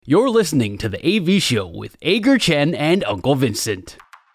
You're listening to The AV Show with Ager Chen and Uncle Vincent.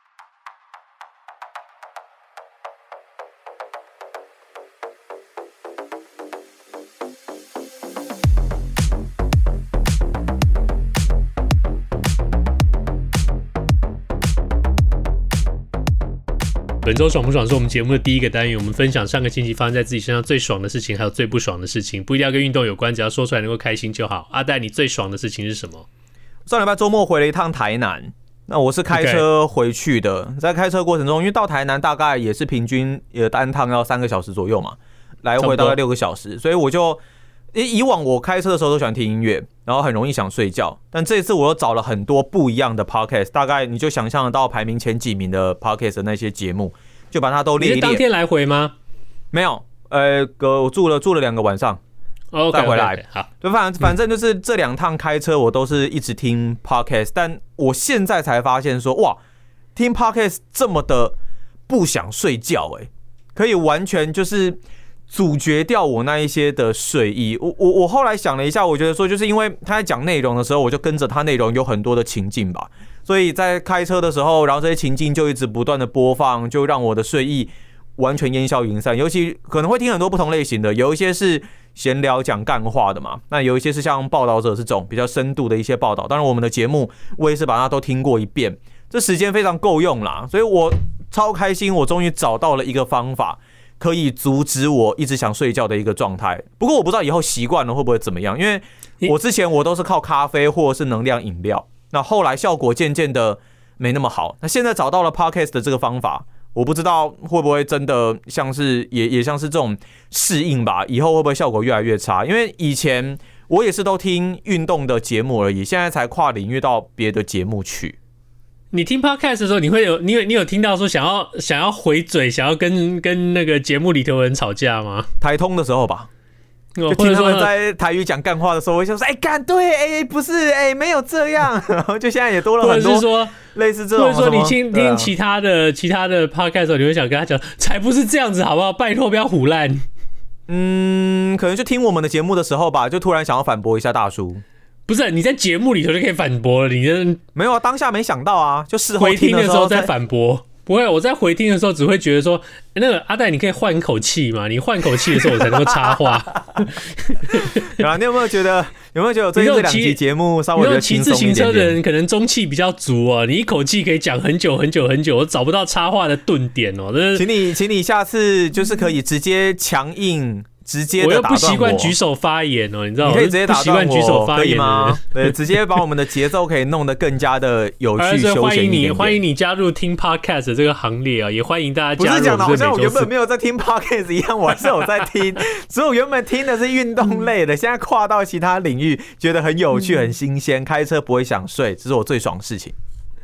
本周爽不爽是我们节目的第一个单元，我们分享上个星期发生在自己身上最爽的事情，还有最不爽的事情，不一定要跟运动有关，只要说出来能够开心就好。阿戴，你最爽的事情是什么？ 上礼拜周末回了一趟台南，那我是开车回去的。在开车过程中，因为到台南大概也是平均单趟要3个小时左右嘛，来回大概6个小时，所以我就以往我开车的时候都喜欢听音乐，然后很容易想睡觉。但这一次我又找了很多不一样的 podcast， 大概你就想象得到排名前几名的 podcast 的那些节目，就把它都列一列。 你是当天来回吗？ 没有，我住了2个晚上。再回来，好，就反正就是这2趟开车，我都是一直听 podcast， 但我现在才发现说，哇，听 podcast 这么的不想睡觉，可以完全就是阻绝掉我那一些的睡意。我后来想了一下，我觉得说，就是因为他在讲内容的时候，我就跟着他内容有很多的情境吧，所以在开车的时候，然后这些情境就一直不断的播放，就让我的睡意完全烟消云散。尤其可能会听很多不同类型的，有一些是闲聊讲干话的嘛，那有一些是像报道者这种比较深度的一些报道。当然我们的节目我也是把它都听过一遍，这时间非常够用啦，所以我超开心，我终于找到了一个方法可以阻止我一直想睡觉的一个状态。不过我不知道以后习惯了会不会怎么样，因为我之前我都是靠咖啡或者是能量饮料，那后来效果渐渐的没那么好。那现在找到了 podcast 的这个方法，我不知道会不会真的像是也像是这种适应吧，以后会不会效果越来越差？因为以前我也是都听运动的节目而已，现在才跨领域到别的节目去。 你听 podcast 的时候，你有听到说想要回嘴，想要跟那个节目里头的人吵架吗？ 台通的时候吧，就听他们在台语讲干话的时候，我就说干对，不是没有这样，然后就现在也多了很多，或者是说类似这种， 或者说你听其他的 podcast 的时候，你会想跟他讲，才不是这样子，好不好？拜托不要唬烂。 可能就听我们的节目的时候吧，就突然想要反驳一下大叔。 不是你在节目里头就可以反驳了，你没有啊？当下没想到啊，就事后回听的时候再反驳。不会，我在回听的时候只会觉得说，那个阿戴，你可以换口气嘛？你换口气的时候，我才能够插话。 有啊，你有没有觉得最近这2集节目稍微比较轻松一点点？ 骑自行车的人可能中气比较足哦，你一口气可以讲很久很久很久，我找不到插话的顿点哦。 请你下次就是可以直接强硬。直接的打断我又不习惯举手发言哦，你知道吗？ 你可以直接打断我，可以吗？对，直接把我们的节奏可以弄得更加的有趣、休闲一点点。 欢迎你加入听 podcast 的这个行列啊，也欢迎大家加入。 不是讲的好像我原本没有在听 podcast 一样，我还是有在听，所以我原本听的是运动类的，现在跨到其他领域，觉得很有趣、很新鲜，开车不会想睡，这是我最爽的事情。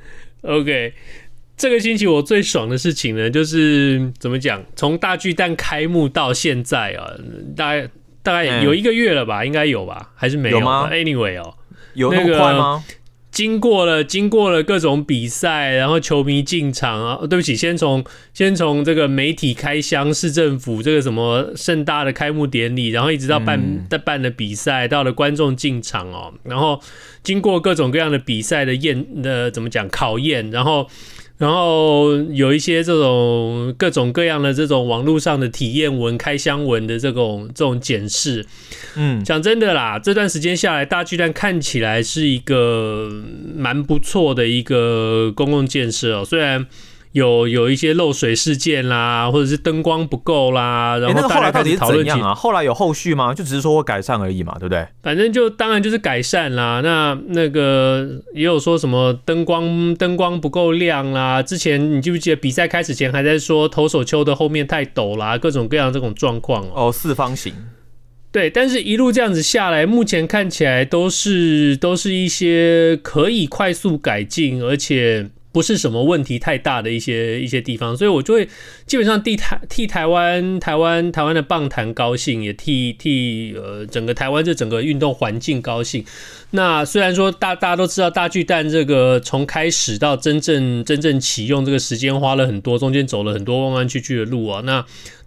OK。这个星期我最爽的事情呢，就是怎么讲？从大巨蛋开幕到现在啊，大概有1个月了吧？应该有吧？还是没有吗 ？Anyway 哦， 有那么快吗？ 经过了各种比赛，然后球迷进场啊，对不起，先从这个媒体开箱，市政府这个什么盛大的开幕典礼，然后一直到办的比赛，到了观众进场哦，然后经过各种各样的比赛的怎么讲考验，然后有一些这种各种各样的这种网络上的体验文、开箱文的这种检视，讲真的啦，这段时间下来，大巨蛋看起来是一个蛮不错的一个公共建设哦，虽然有一些漏水事件啦，或者是灯光不够啦，然后大家开始讨论怎样啊？后来有后续吗？就只是说会改善而已嘛，对不对？ 反正当然就是改善啦。那个也有说什么灯光不够亮啦。之前你记不记得比赛开始前还在说投手丘的后面太陡啦，各种各样的这种状况哦。四方形。 对，但是一路这样子下来，目前看起来都是一些可以快速改进，而且不是什么问题太大的一些地方，所以我就会基本上替台湾的棒坛高兴，也替整个台湾这整个运动环境高兴。那虽然说大家都知道大巨蛋这个从开始到真正启用这个时间花了很多，中间走了很多弯弯曲曲的路啊，那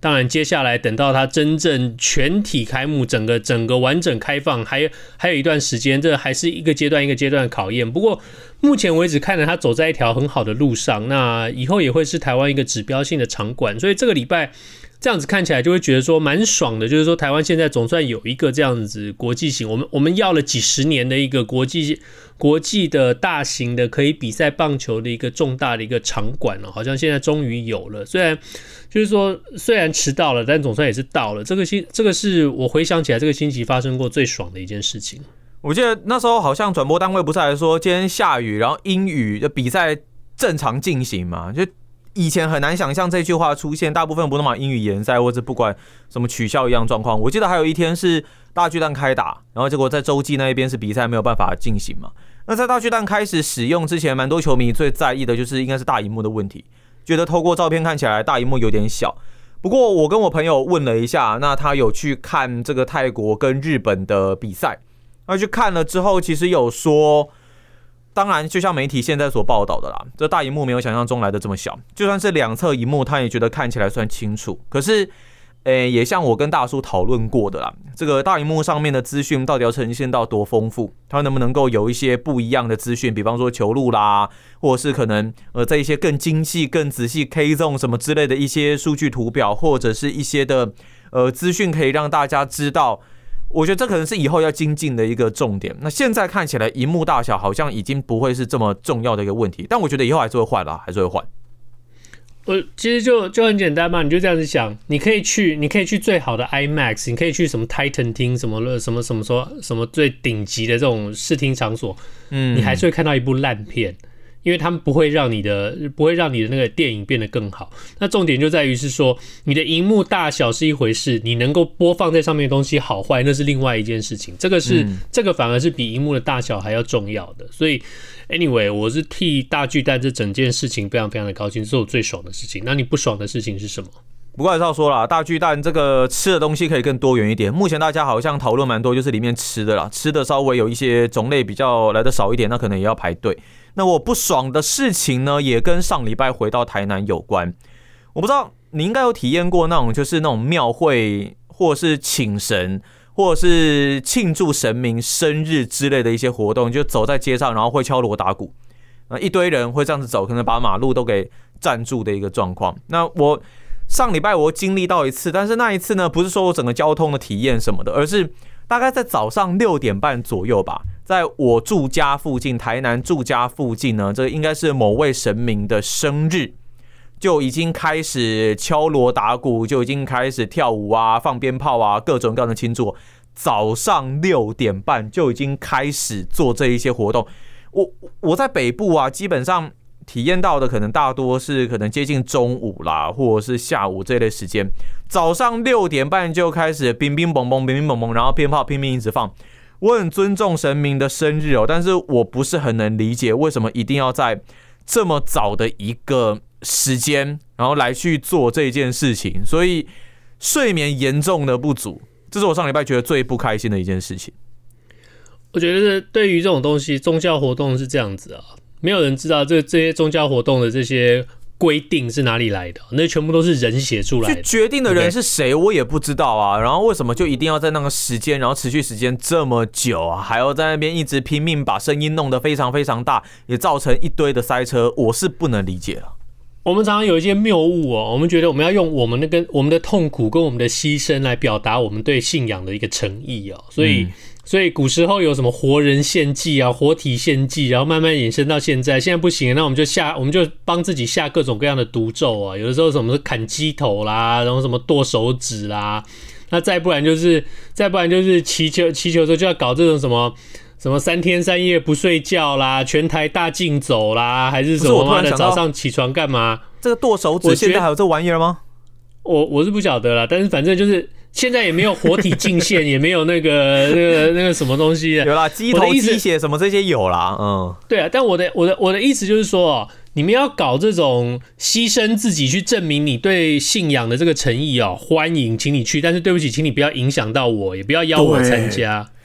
当然接下来等到它真正全体开幕，整个完整开放，还有一段时间，这还是一个阶段一个阶段的考验。不过目前为止看着它走在一条很好的路上，那以后也会是台湾一个指标性的场馆，所以这个礼拜这样子看起来就会觉得说蛮爽的，就是说台湾现在总算有一个这样子国际型，我们要了几十年的一个国际的大型的可以比赛棒球的一个重大的一个场馆好像现在终于有了。虽然迟到了，但总算也是到了。这个是我回想起来这个星期发生过最爽的一件事情。 我记得那时候好像转播单位不是还说今天下雨，然后阴雨的比赛正常进行嘛？就以前很难想象这句话出现，大部分不是嘛阴雨延赛或者不管什么取消一样状况。我记得还有一天是大巨蛋开打，然后结果在洲际那一边是比赛没有办法进行嘛。那在大巨蛋开始使用之前，蛮多球迷最在意的就是应该是大萤幕的问题，觉得透过照片看起来大萤幕有点小。不过我跟我朋友问了一下，那他有去看这个泰国跟日本的比赛，他去看了之后，其实有说，当然就像媒体现在所报道的啦，这大萤幕没有想象中来的这么小，就算是两侧萤幕，他也觉得看起来算清楚。可是，也像我跟大叔讨论过的啦，这个大萤幕上面的资讯到底要呈现到多丰富，它能不能够有一些不一样的资讯，比方说球路啦，或者是可能在一些更精细、更仔细 K zone 什么之类的一些数据图表，或者是一些的资讯可以让大家知道。我觉得这可能是以后要精进的一个重点。那现在看起来，萤幕大小好像已经不会是这么重要的一个问题，但我觉得以后还是会换啦，还是会换。 其实就很简单嘛，你就这样子想，你可以去最好的 IMAX， 你可以去什么 Titan 厅，什么最顶级的这种视听场所，你还是会看到一部烂片。因为他们不会让你的那个电影变得更好。那重点就在于是说，你的萤幕大小是一回事，你能够播放在上面的东西好坏，那是另外一件事情。这个反而是比萤幕的大小还要重要的。所以 anyway， 我是替大巨蛋这整件事情非常非常的高兴，这是我最爽的事情。那你不爽的事情是什么？ 不过还是要说啦，大巨蛋这个吃的东西可以更多元一点。目前大家好像讨论蛮多，就是里面吃的啦，吃的稍微有一些种类比较来的少一点，那可能也要排队。那我不爽的事情呢，也跟上礼拜回到台南有关。我不知道你应该有体验过那种，就是那种庙会，或者是请神，或者是庆祝神明生日之类的一些活动，就走在街上，然后会敲锣打鼓，一堆人会这样子走，可能把马路都给占住的一个状况。那我上礼拜我经历到一次，但是那一次呢，不是说我整个交通的体验什么的，而是大概在早上6点半左右吧，在我住家附近，台南住家附近呢，这应该是某位神明的生日，就已经开始敲锣打鼓，就已经开始跳舞啊、放鞭炮啊，各种各样的庆祝。早上6点半就已经开始做这一些活动。我在北部啊，基本上体验到的可能大多是可能接近中午啦，或者是下午这类时间。早上6点半就开始乒乒乓乓、乒乒乓乓，然后鞭炮拼命一直放。我很尊重神明的生日但是我不是很能理解为什么一定要在这么早的一个时间，然后来去做这件事情。所以睡眠严重的不足，这是我上礼拜觉得最不开心的一件事情。 我觉得对于这种东西，宗教活动是这样子啊，没有人知道这些宗教活动的这些规定是哪里来的，那全部都是人写出来的。 决定的人是谁，我也不知道啊。然后为什么就一定要在那个时间，然后持续时间这么久啊，还要在那边一直拼命把声音弄得非常非常大，也造成一堆的塞车，我是不能理解了。 我们常常有一些谬误我们觉得我们要用我们的痛苦跟我们的牺牲来表达我们对信仰的一个诚意所以古时候有什么活人献祭啊、活体献祭，然后慢慢衍生到现在不行，那我们就帮自己下各种各样的毒咒啊。有的时候什么砍鸡头啦，然后什么剁手指啦，那再不然就是祈求的时候就要搞这种什么3天3夜不睡觉啦，全台大竞走啦，还是什么妈的早上起床干嘛？ 这个剁手指现在还有这玩意儿吗？ 我是不晓得啦，但是反正就是现在也没有活体净线，也没有那个什么东西。 有啦，鸡头、鸡血什么这些有啦， 对啊，但我的意思就是说你们要搞这种牺牲自己去证明你对信仰的这个诚意欢迎，请你去，但是对不起，请你不要影响到我，也不要邀我参加。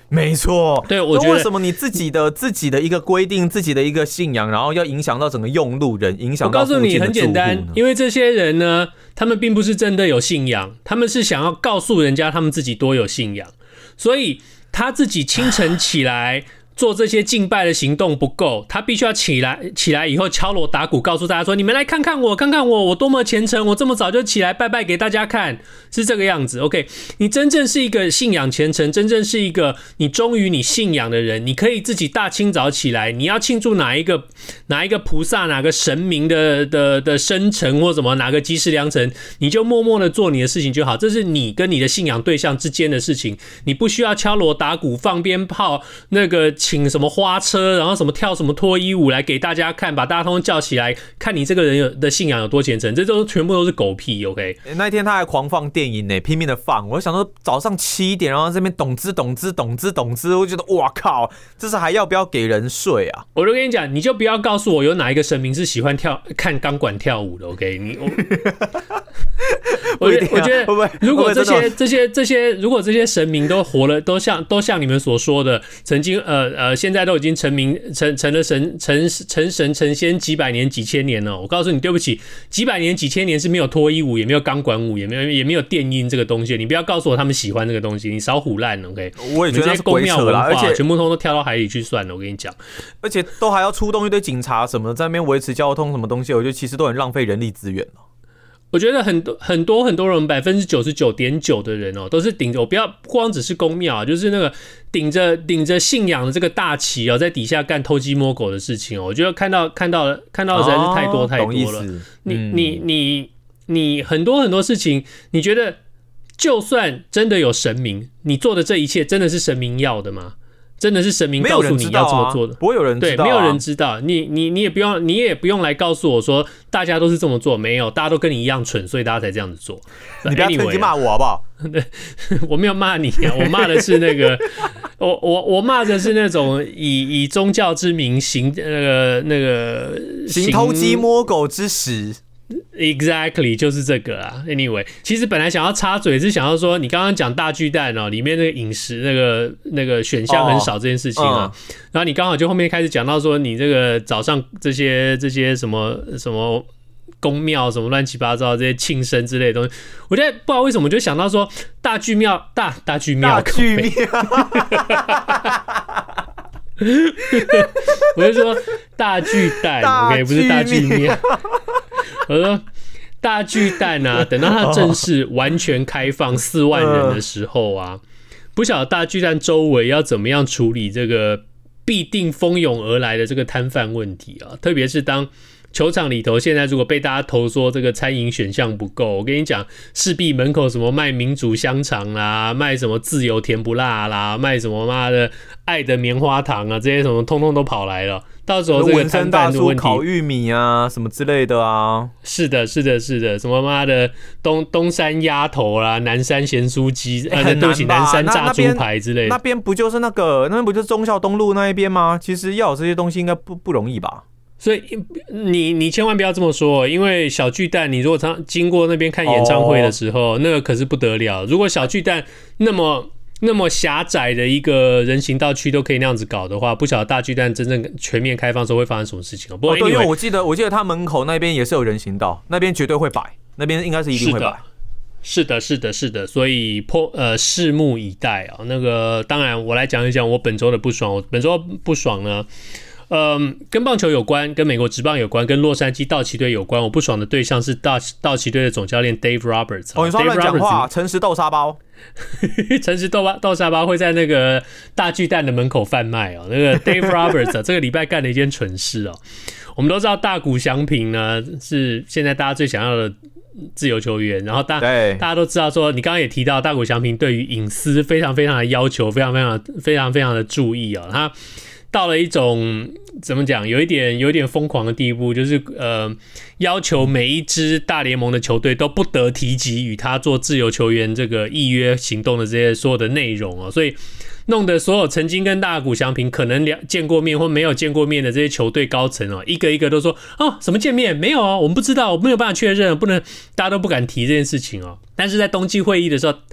没错， 对，我觉得为什么你自己的一个规定，自己的一个信仰，然后要影响到整个用路人，影响到附近的住户呢？ 我告诉你，很简单，因为这些人呢，他们并不是真的有信仰，他们是想要告诉人家他们自己多有信仰，所以他自己清晨起来做这些敬拜的行动不够，他必须要起来以后敲锣打鼓，告诉大家说：你们来看看我，我多么虔诚，我这么早就起来拜拜给大家看，是这个样子。OK， 你真正是一个信仰虔诚，真正是一个你忠于你信仰的人，你可以自己大清早起来，你要庆祝哪一个菩萨、哪个神明的生辰或什么哪个吉时良辰，你就默默的做你的事情就好。这是你跟你的信仰对象之间的事情，你不需要敲锣打鼓、放鞭炮，那个请什么花车，然后什么跳什么脱衣舞来给大家看，把大家通通叫起来，看你这个人的信仰有多虔诚，这都全部都是狗屁。OK， 那一天他还狂放电影呢，拼命的放。我想说早上7点，然后这边咚吱，我觉得哇靠，这是还要不要给人睡啊？ 我就跟你讲，你就不要告诉我有哪一个神明是喜欢看钢管跳舞的。OK， 我觉得，如果如果这些神明都活了，都像你们所说的，曾经现在都已经成了神成仙几百年几千年了。我告诉你，对不起，几百年几千年是没有脱衣舞，也没有钢管舞，也没有电音这个东西。你不要告诉我他们喜欢这个东西，你少唬烂。OK， 我也觉得那是鬼扯啦， 而且全部都跳到海里去算了。我跟你讲， 而且都还要出动一堆警察什么的，在那边维持交通什么东西，我觉得其实都很浪费人力资源了。 我觉得很多人99.9%的人都是顶着，我不光只是公庙，就是那个顶着信仰的这个大旗在底下干偷鸡摸狗的事情我觉得看到的实在是太多了。你很多事情，你觉得就算真的有神明，你做的这一切真的是神明要的吗？真的是神明告诉你要这么做的， 不会有人知道， 对，没有人知道。你也不用来告诉我说大家都是这么做，没有，大家都跟你一样蠢，所以大家才这样子做。 你不要趁机骂我好不好？ 我没有骂你啊，我骂的是那个，我骂的是那种以宗教之名行偷鸡摸狗之实。 Exactly， 就是这个啊。Anyway， 其实本来想要插嘴是想要说，你刚刚讲大巨蛋里面那个饮食那个选项很少这件事情啊，然后你刚好就后面开始讲到说，你这个早上这些什么宫庙什么乱七八糟这些庆生之类的东西，我觉得不知道为什么就想到说大巨庙，我就说大巨蛋 ，OK， 不是大巨庙。我说大巨蛋啊，等到它正式完全开放4万人的时候啊，不晓得大巨蛋周围要怎么样处理这个必定蜂拥而来的这个摊贩问题啊，特别是当球场里头现在如果被大家投说这个餐饮选项不够，我跟你讲，势必门口什么卖民主香肠啦，卖什么自由甜不辣啦，卖什么妈的爱的棉花糖啊，这些什么通通都跑来了。到时候这个摊贩的问题， 烤玉米啊，什么之类的啊， 是的，什么妈的东山鸭头啦，南山咸酥鸡，对不起，南山炸猪排之类的。 那边不就是那边不就是忠孝东路那一边吗？其实要有这些东西应该不容易吧？ 所以你千万不要这么说，因为小巨蛋，你如果经过那边看演唱会的时候，那个可是不得了。如果小巨蛋那么狭窄的一个人行道区都可以那样子搞的话，不晓得大巨蛋真正全面开放的时候会发生什么事情。不过， 对，因为我记得他门口那边也是有人行道，那边绝对会摆，那边应该是一定会摆。 是的，所以拭目以待啊。那个当然，我来讲一讲我本周的不爽。我本周不爽呢，跟棒球有关，跟美国职棒有关，跟洛杉矶道奇队有关。我不爽的对象是道奇队的总教练 Dave Roberts。 你说乱讲话，诚实豆沙包。 诚实豆沙包会在那个大巨蛋的门口贩卖那个 Dave Roberts 这个礼拜干了一件蠢事我们都知道大谷翔平呢是现在大家最想要的自由球员，然后大家都知道说，你刚刚也提到大谷翔平对于隐私非常非常的要求，非常非常的注意他到了一种怎么讲，有一点疯狂的地步，就是要求每一支大联盟的球队都不得提及与他做自由球员这个议约行动的这些所有的内容所以弄得所有曾经跟大谷翔平可能见过面或没有见过面的这些球队高层一个一个都说什么见面没有我们不知道，我没有办法确认，大家都不敢提这件事情但是在冬季会议的时候，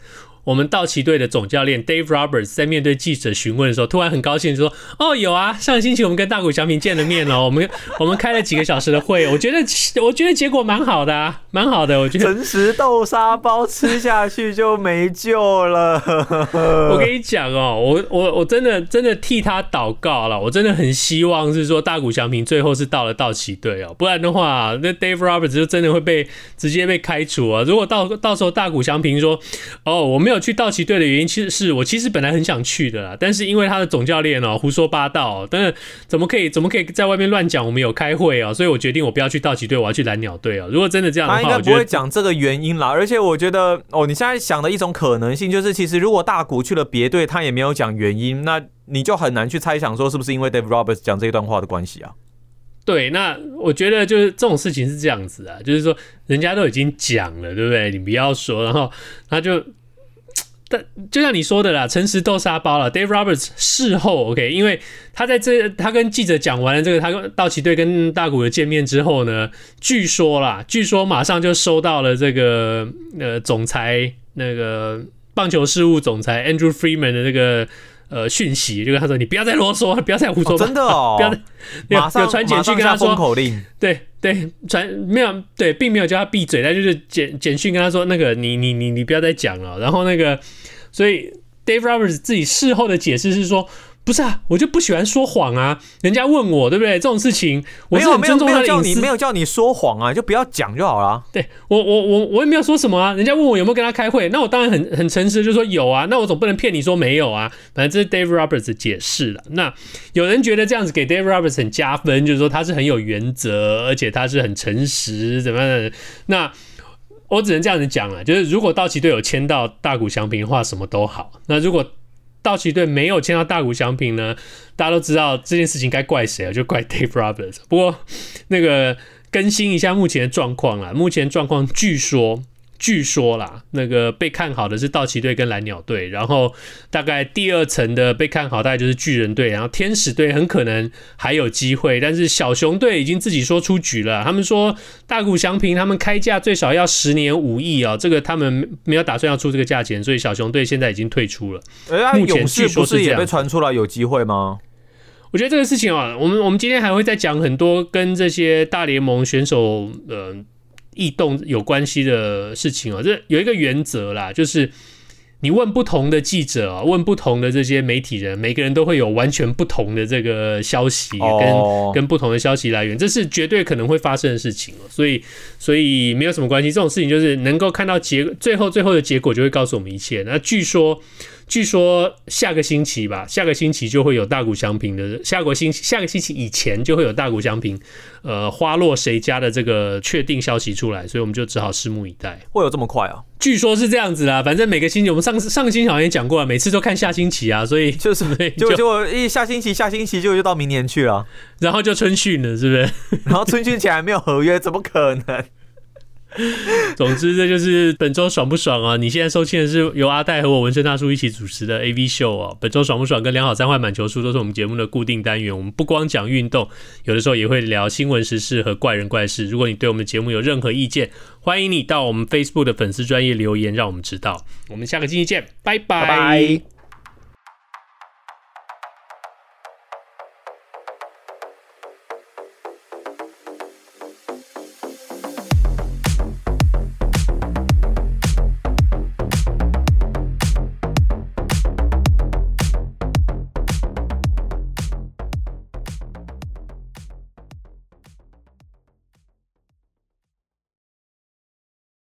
我们道奇队的总教练 Dave Roberts 在面对记者询问的时候，突然很高兴就说：“哦，有啊，上个星期我们跟大谷翔平见了面哦，我们开了几个小时的会，我觉得结果蛮好的啊，蛮好的，我觉得。” 诚实豆沙包吃下去就没救了。 我跟你讲哦，我真的替他祷告了，我真的很希望是说大谷翔平最后是到了道奇队哦，不然的话，那 Dave Roberts 就真的会直接被开除啊！如果到时候大谷翔平说：“哦，我没有去道奇队的原因，我其实本来很想去的啦，但是因为他的总教练胡说八道，但是怎么可以在外面乱讲？我们有开会所以我决定我不要去道奇队，我要去蓝鸟队如果真的这样的话， 他应该不会讲这个原因啦。而且我觉得你现在想的一种可能性就是，其实如果大谷去了别队，他也没有讲原因，那你就很难去猜想说是不是因为 Dave Roberts 讲这一段话的关系啊。 对，那我觉得就是这种事情是这样子啊，就是说人家都已经讲了，对不对？你不要说，然后他就像你说的啦，诚实豆沙包了。Dave Roberts 事后 OK， 因为他跟记者讲完了这个他跟道奇队跟大谷的见面之后呢，据说马上就收到了这个总裁那个棒球事务总裁 Andrew Friedman 的这个讯息，就跟他说：“你不要再啰嗦，不要再胡说八道， 真的哦， 不要再有传简讯跟他说， 封口令， 对，没有对，并没有叫他闭嘴，他就是简讯跟他说那个你不要再讲了。然后那个，所以 Dave Roberts 自己事后的解释是说。”不是啊，我就不喜欢说谎啊！人家问我，对不对？这种事情，我是很尊重他的隐私。 没有叫你说谎啊，就不要讲就好了。 对我也没有说什么啊。人家问我有没有跟他开会，那我当然很诚实，就说有啊。那我总不能骗你说没有啊。反正这是 Dave Roberts 的解释了。那有人觉得这样子给 Dave Roberts 很加分，就是说他是很有原则，而且他是很诚实，怎么样的？那我只能这样子讲了，就是如果道奇队有签到大谷翔平的话，什么都好。那如果道奇队没有签到大谷翔平呢？大家都知道这件事情该怪谁就怪 Dave Roberts。不过那个更新一下目前的状况啦，目前状况据说啦，那个被看好的是道奇队跟蓝鸟队，然后大概第二层的被看好大概就是巨人队，然后天使队很可能还有机会，但是小熊队已经自己说出局了，他们说大谷翔平他们开价最少要10年5亿这个他们没有打算要出这个价钱，所以小熊队现在已经退出了。目前据说是这样，勇士不是也被传出来有机会吗？ 我觉得这个事情我们今天还会再讲很多跟这些大联盟选手异动有关系的事情这有一个原则啦，就是你问不同的记者问不同的这些媒体人，每个人都会有完全不同的这个消息跟不同的消息来源，这是绝对可能会发生的事情所以没有什么关系，这种事情就是能够看到最后的结果就会告诉我们一切。那据说下个星期就会有大谷翔平的下个星期以前就会有大谷翔平花落谁家的这个确定消息出来，所以我们就只好拭目以待。 会有这么快啊？ 据说是这样子啦，反正每个星期我们上个星期好像也讲过了，每次都看下星期啊，所以就下星期就到明年去了， 然后就春训了，是不是？ 然后春训前还没有合约，怎么可能？ 总之，这就是本周爽不爽啊！你现在收听的是由阿戴和我纹身大叔一起主持的 AV 秀本周爽不爽跟良好3坏满球数都是我们节目的固定单元。我们不光讲运动，有的时候也会聊新闻时事和怪人怪事。如果你对我们的节目有任何意见，欢迎你到我们 Facebook 的粉丝专页留言，让我们知道。我们下个星期见，拜拜。